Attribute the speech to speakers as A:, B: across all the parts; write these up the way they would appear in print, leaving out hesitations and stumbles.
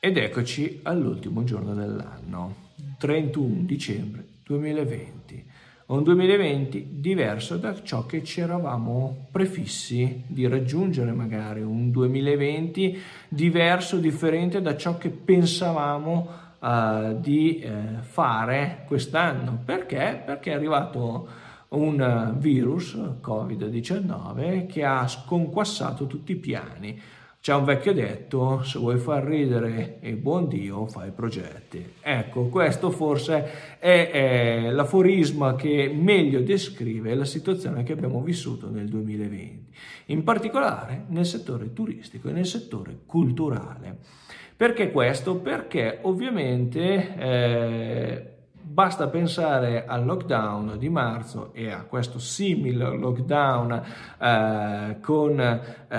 A: Ed eccoci all'ultimo giorno dell'anno, 31 dicembre 2020. Un 2020 diverso da ciò che ci eravamo prefissi di raggiungere, magari un 2020 diverso, differente da ciò che pensavamo di fare quest'anno. Perché? Perché è arrivato un virus, Covid-19, che ha sconquassato tutti i piani. C'è un vecchio detto: se vuoi far ridere il buon Dio, fai progetti. Ecco, questo forse è l'aforisma che meglio descrive la situazione che abbiamo vissuto nel 2020, in particolare nel settore turistico e nel settore culturale. Perché questo? Perché ovviamente basta pensare al lockdown di marzo e a questo simile lockdown con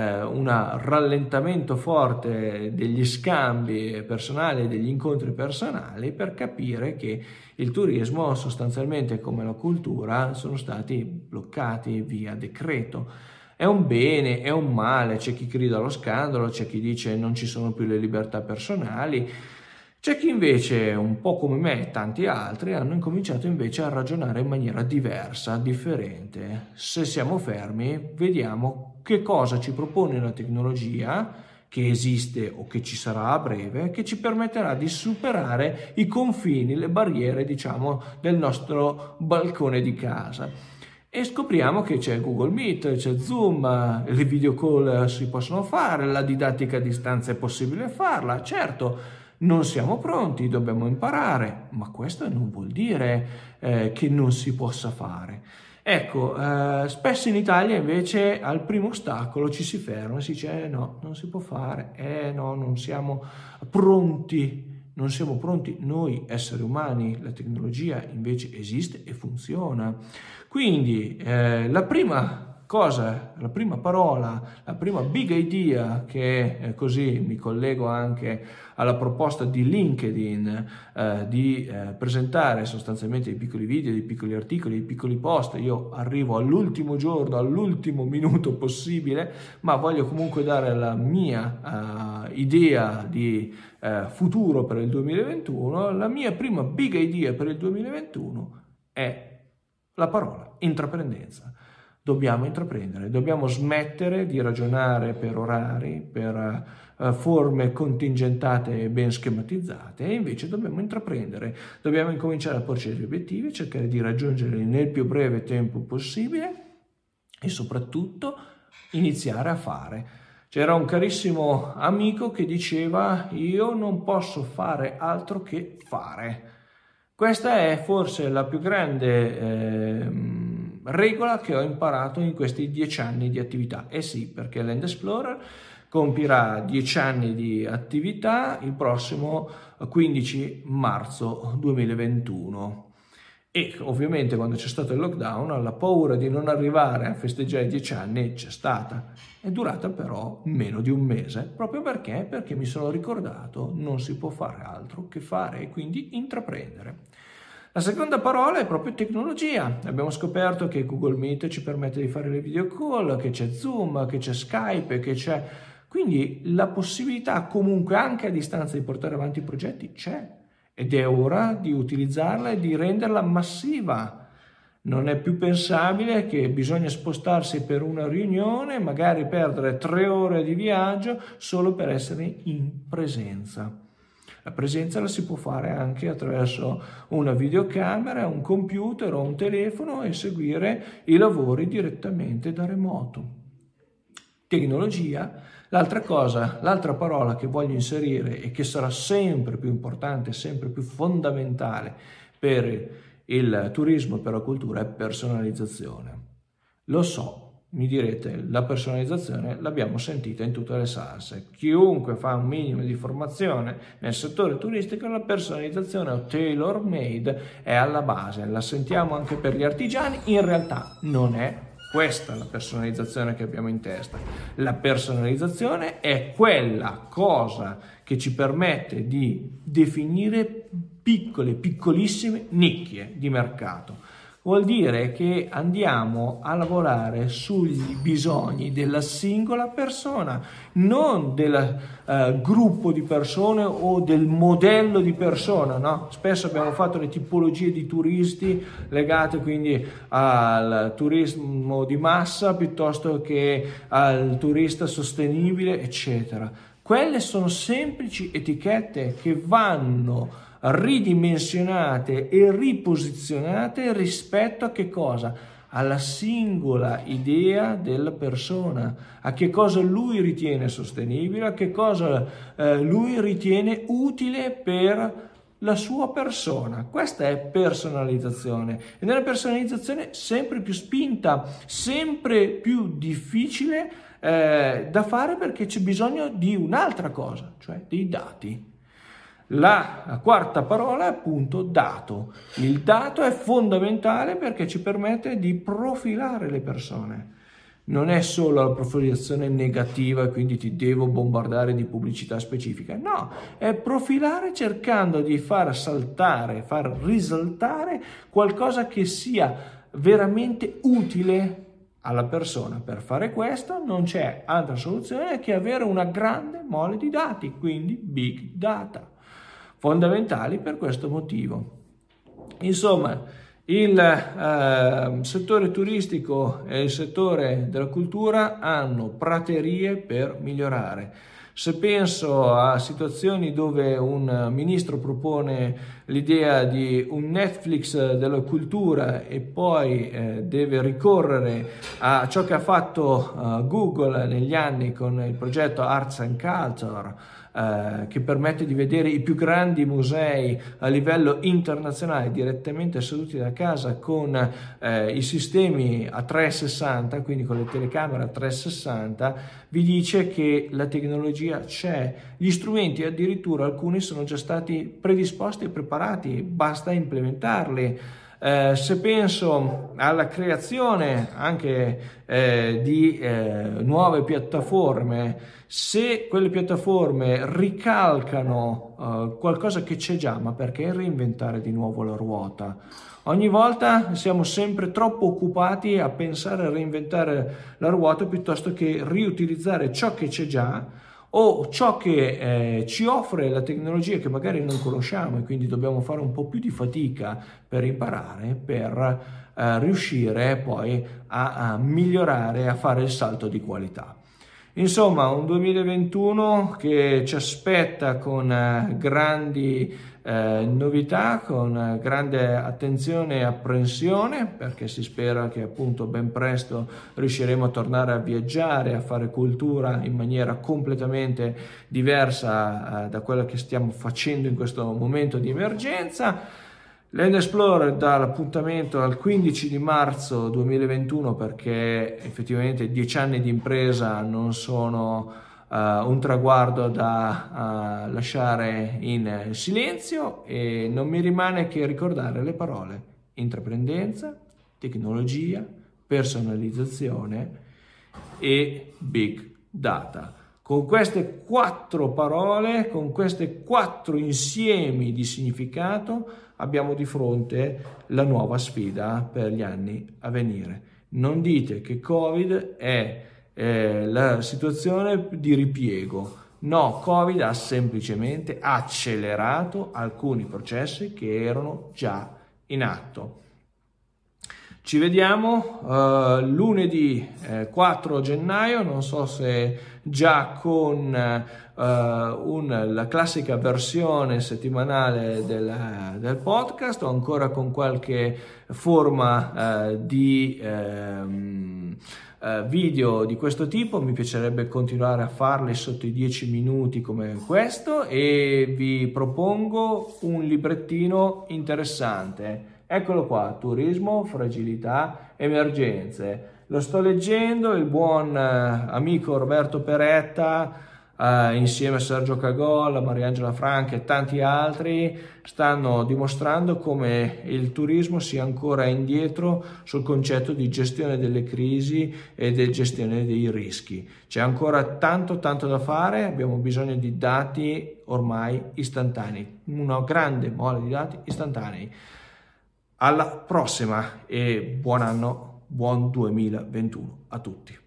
A: un rallentamento forte degli scambi personali e degli incontri personali, per capire che il turismo, sostanzialmente come la cultura, sono stati bloccati via decreto. È un bene, è un male, c'è chi grida allo scandalo, c'è chi dice non ci sono più le libertà personali. C'è chi invece, un po' come me e tanti altri, hanno incominciato invece a ragionare in maniera diversa, differente. Se siamo fermi, vediamo che cosa ci propone la tecnologia, che esiste o che ci sarà a breve, che ci permetterà di superare i confini, le barriere, diciamo, del nostro balcone di casa. E scopriamo che c'è Google Meet, c'è Zoom, le video call si possono fare, la didattica a distanza è possibile farla, certo. Non siamo pronti, dobbiamo imparare, ma questo non vuol dire che non si possa fare. Ecco, spesso in Italia invece al primo ostacolo ci si ferma e si dice no, non si può fare, no, non siamo pronti. Non siamo pronti noi esseri umani, la tecnologia invece esiste e funziona. Quindi la prima cosa, la prima parola, la prima big idea, che così mi collego anche alla proposta di LinkedIn di presentare sostanzialmente dei piccoli video, dei piccoli articoli, dei piccoli post. Io arrivo all'ultimo giorno, all'ultimo minuto possibile, ma voglio comunque dare la mia idea di futuro per il 2021. La mia prima big idea per il 2021 è la parola intraprendenza. Dobbiamo intraprendere, dobbiamo smettere di ragionare per orari, per forme contingentate e ben schematizzate, e invece dobbiamo intraprendere, dobbiamo incominciare a porci degli obiettivi, cercare di raggiungerli nel più breve tempo possibile e soprattutto iniziare a fare. C'era un carissimo amico che diceva: io non posso fare altro che fare. Questa è forse la più grande regola che ho imparato in questi 10 anni di attività. Sì, perché Land Explorer compirà 10 anni di attività il prossimo 15 marzo 2021. E ovviamente quando c'è stato il lockdown la paura di non arrivare a festeggiare i 10 anni c'è stata. È durata però meno di un mese, proprio perché mi sono ricordato non si può fare altro che fare e quindi intraprendere. La seconda parola è proprio tecnologia. Abbiamo scoperto che Google Meet ci permette di fare le video call, che c'è Zoom, che c'è Skype, che c'è... Quindi la possibilità comunque anche a distanza di portare avanti i progetti c'è. Ed è ora di utilizzarla e di renderla massiva. Non è più pensabile che bisogna spostarsi per una riunione, magari perdere 3 ore di viaggio solo per essere in presenza. La presenza la si può fare anche attraverso una videocamera, un computer o un telefono e seguire i lavori direttamente da remoto. Tecnologia. L'altra cosa, l'altra parola che voglio inserire e che sarà sempre più importante, sempre più fondamentale per il turismo e per la cultura è personalizzazione. Lo so. Mi direte, la personalizzazione l'abbiamo sentita in tutte le salse. Chiunque fa un minimo di formazione nel settore turistico, la personalizzazione o tailor made è alla base. La sentiamo anche per gli artigiani, in realtà non è questa la personalizzazione che abbiamo in testa. La personalizzazione è quella cosa che ci permette di definire piccole, piccolissime nicchie di mercato. vuol dire che andiamo a lavorare sui bisogni della singola persona, non del gruppo di persone o del modello di persona, no? Spesso abbiamo fatto le tipologie di turisti legate quindi al turismo di massa piuttosto che al turista sostenibile, eccetera. Quelle sono semplici etichette che vanno ridimensionate e riposizionate rispetto a che cosa? Alla singola idea della persona, a che cosa lui ritiene sostenibile, a che cosa lui ritiene utile per la sua persona. Questa è personalizzazione, e nella personalizzazione sempre più spinta, sempre più difficile da fare, perché c'è bisogno di un'altra cosa, cioè dei dati. La quarta parola è appunto dato. Il dato è fondamentale perché ci permette di profilare le persone. Non è solo la profilazione negativa e quindi ti devo bombardare di pubblicità specifica, no, è profilare cercando di far saltare, far risaltare qualcosa che sia veramente utile alla persona. Per fare questo non c'è altra soluzione che avere una grande mole di dati, quindi big data, fondamentali per questo motivo. Insomma, il settore turistico e il settore della cultura hanno praterie per migliorare. Se penso a situazioni dove un ministro propone l'idea di un Netflix della cultura e poi deve ricorrere a ciò che ha fatto Google negli anni con il progetto Arts and Culture, che permette di vedere i più grandi musei a livello internazionale direttamente seduti da casa con i sistemi a 360, quindi con le telecamere a 360, vi dice che la tecnologia c'è, gli strumenti addirittura alcuni sono già stati predisposti e preparati, basta implementarli. Se penso alla creazione anche di nuove piattaforme, se quelle piattaforme ricalcano qualcosa che c'è già, ma perché reinventare di nuovo la ruota? Ogni volta siamo sempre troppo occupati a pensare a reinventare la ruota piuttosto che riutilizzare ciò che c'è già o ciò che ci offre la tecnologia che magari non conosciamo, e quindi dobbiamo fare un po' più di fatica per imparare, per riuscire poi a migliorare, a fare il salto di qualità. Insomma, un 2021 che ci aspetta con grandi novità, con grande attenzione e apprensione, perché si spera che appunto ben presto riusciremo a tornare a viaggiare, a fare cultura in maniera completamente diversa da quella che stiamo facendo in questo momento di emergenza. Land Explorer dà l'appuntamento al 15 di marzo 2021 perché effettivamente 10 anni di impresa non sono un traguardo da lasciare in silenzio, e non mi rimane che ricordare le parole intraprendenza, tecnologia, personalizzazione e big data. Con queste 4 parole, con questi 4 insiemi di significato, abbiamo di fronte la nuova sfida per gli anni a venire. Non dite che Covid è la situazione di ripiego. No, Covid ha semplicemente accelerato alcuni processi che erano già in atto. Ci vediamo lunedì 4 gennaio, non so se già con la classica versione settimanale del podcast o ancora con qualche forma di video di questo tipo. Mi piacerebbe continuare a farli sotto i 10 minuti come questo, e vi propongo un librettino interessante. Eccolo qua, turismo, fragilità, emergenze. Lo sto leggendo, il buon amico Roberto Peretta, insieme a Sergio Cagolla, Mariangela Franca e tanti altri, stanno dimostrando come il turismo sia ancora indietro sul concetto di gestione delle crisi e di gestione dei rischi. C'è ancora tanto da fare, abbiamo bisogno di dati ormai istantanei, una grande mole di dati istantanei. Alla prossima e buon anno, buon 2021 a tutti.